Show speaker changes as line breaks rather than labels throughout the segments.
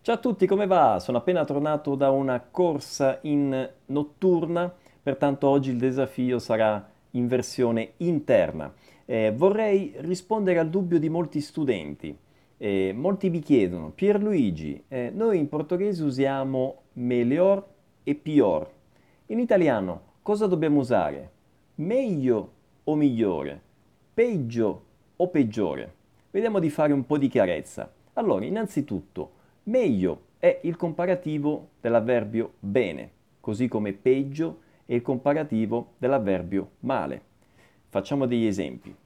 Ciao a tutti, come va? Sono appena tornato da una corsa in notturna, pertanto oggi il desafio sarà in versione interna. Vorrei rispondere al dubbio di molti studenti. Molti mi chiedono, Pierluigi, noi in portoghese usiamo melhor e pior. In italiano cosa dobbiamo usare? Meglio o migliore? Peggio o peggiore? Vediamo di fare un po' di chiarezza. Allora, innanzitutto, meglio è il comparativo dell'avverbio bene, così come peggio è il comparativo dell'avverbio male. Facciamo degli esempi.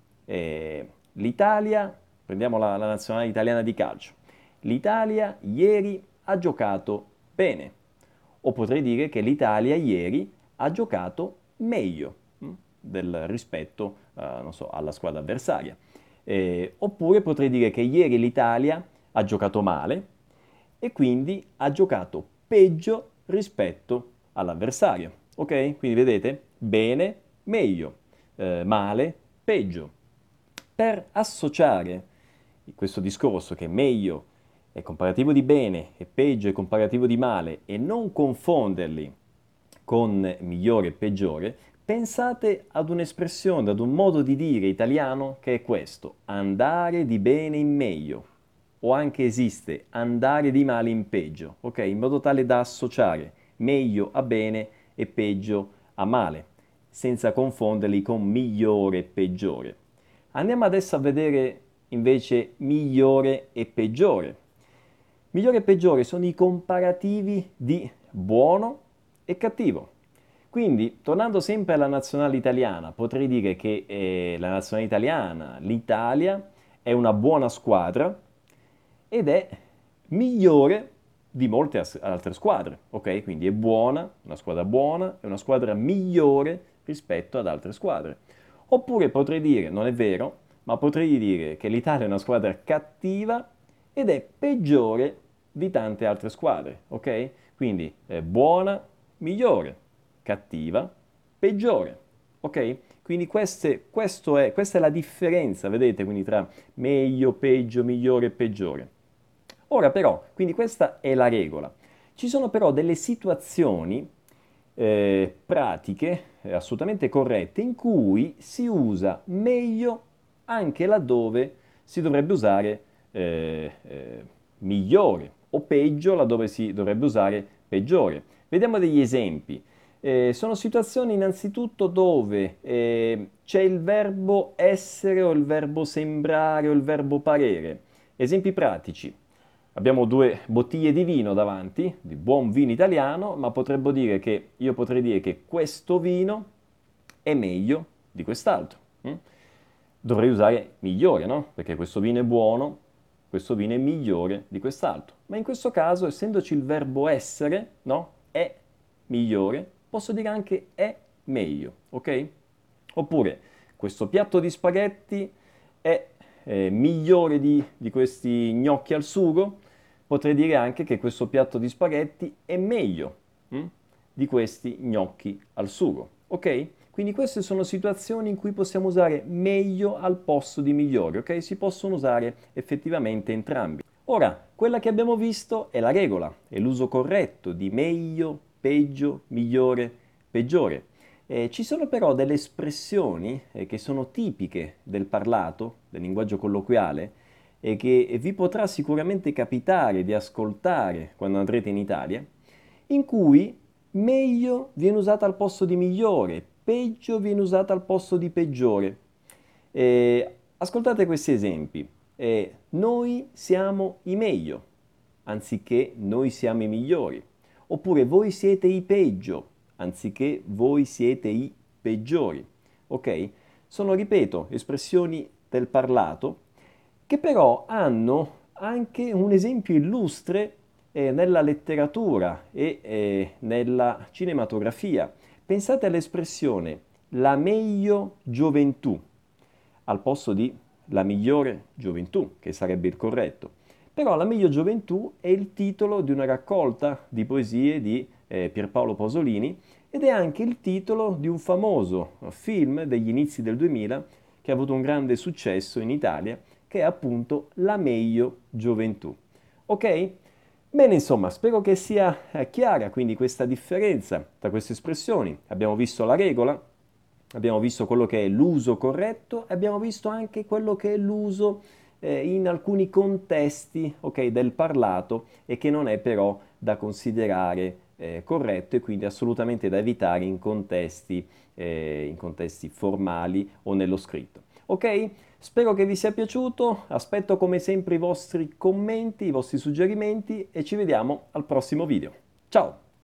L'Italia, prendiamo la nazionale italiana di calcio. L'Italia ieri ha giocato bene. O potrei dire che l'Italia ieri ha giocato meglio rispetto, non so, alla squadra avversaria. Oppure potrei dire che ieri l'Italia ha giocato male e quindi ha giocato peggio rispetto all'avversario. Ok? Quindi vedete? Bene, meglio, male, peggio. Per associare questo discorso che meglio è comparativo di bene e peggio è comparativo di male e non confonderli con migliore e peggiore, pensate ad un'espressione, ad un modo di dire italiano che è questo, andare di bene in meglio, o anche esiste andare di male in peggio, ok? In modo tale da associare meglio a bene e peggio a male, senza confonderli con migliore e peggiore. Andiamo adesso a vedere invece migliore e peggiore. Migliore e peggiore sono i comparativi di buono e cattivo. Quindi, tornando sempre alla nazionale italiana, potrei dire che la nazionale italiana, l'Italia, è una buona squadra ed è migliore di molte altre squadre, ok? Quindi è buona, una squadra buona, è una squadra migliore rispetto ad altre squadre. Oppure potrei dire, non è vero, ma potrei dire che l'Italia è una squadra cattiva ed è peggiore di tante altre squadre, ok? Quindi è buona, migliore, cattiva, peggiore, ok? Quindi questa è la differenza, vedete, quindi tra meglio, peggio, migliore e peggiore. Ora però, quindi questa è la regola. Ci sono però delle situazioni pratiche, assolutamente corrette, in cui si usa meglio anche laddove si dovrebbe usare migliore o peggio laddove si dovrebbe usare peggiore. Vediamo degli esempi. Sono situazioni innanzitutto dove c'è il verbo essere o il verbo sembrare o il verbo parere. Esempi pratici. Abbiamo due bottiglie di vino davanti, di buon vino italiano, ma io potrei dire che questo vino è meglio di quest'altro. Dovrei usare migliore, no? Perché questo vino è buono, questo vino è migliore di quest'altro. Ma in questo caso, essendoci il verbo essere, no? È migliore, posso dire anche è meglio, ok? Oppure, questo piatto di spaghetti è migliore di questi gnocchi al sugo, potrei dire anche che questo piatto di spaghetti è meglio di questi gnocchi al sugo. Ok? Quindi queste sono situazioni in cui possiamo usare meglio al posto di migliore, ok? Si possono usare effettivamente entrambi. Ora, quella che abbiamo visto è la regola, è l'uso corretto di meglio, peggio, migliore, peggiore. Ci sono però delle espressioni che sono tipiche del parlato, del linguaggio colloquiale, e che vi potrà sicuramente capitare di ascoltare quando andrete in Italia, in cui meglio viene usata al posto di migliore, peggio viene usata al posto di peggiore. Ascoltate questi esempi. Noi siamo i meglio, anziché noi siamo i migliori. Oppure voi siete i peggio, anziché voi siete i peggiori. Ok? Sono, ripeto, espressioni del parlato che però hanno anche un esempio illustre nella letteratura e nella cinematografia. Pensate all'espressione la meglio gioventù al posto di la migliore gioventù, che sarebbe il corretto. Però la meglio gioventù è il titolo di una raccolta di poesie di Pierpaolo Pasolini ed è anche il titolo di un famoso film degli inizi del 2000 che ha avuto un grande successo in Italia, che è appunto La meglio gioventù. Ok? Bene, insomma, spero che sia chiara quindi questa differenza tra queste espressioni. Abbiamo visto la regola, abbiamo visto quello che è l'uso corretto e abbiamo visto anche quello che è l'uso in alcuni contesti, ok, del parlato e che non è però da considerare corretto e quindi assolutamente da evitare in contesti formali o nello scritto. Ok? Spero che vi sia piaciuto, aspetto come sempre i vostri commenti, i vostri suggerimenti e ci vediamo al prossimo video. Ciao!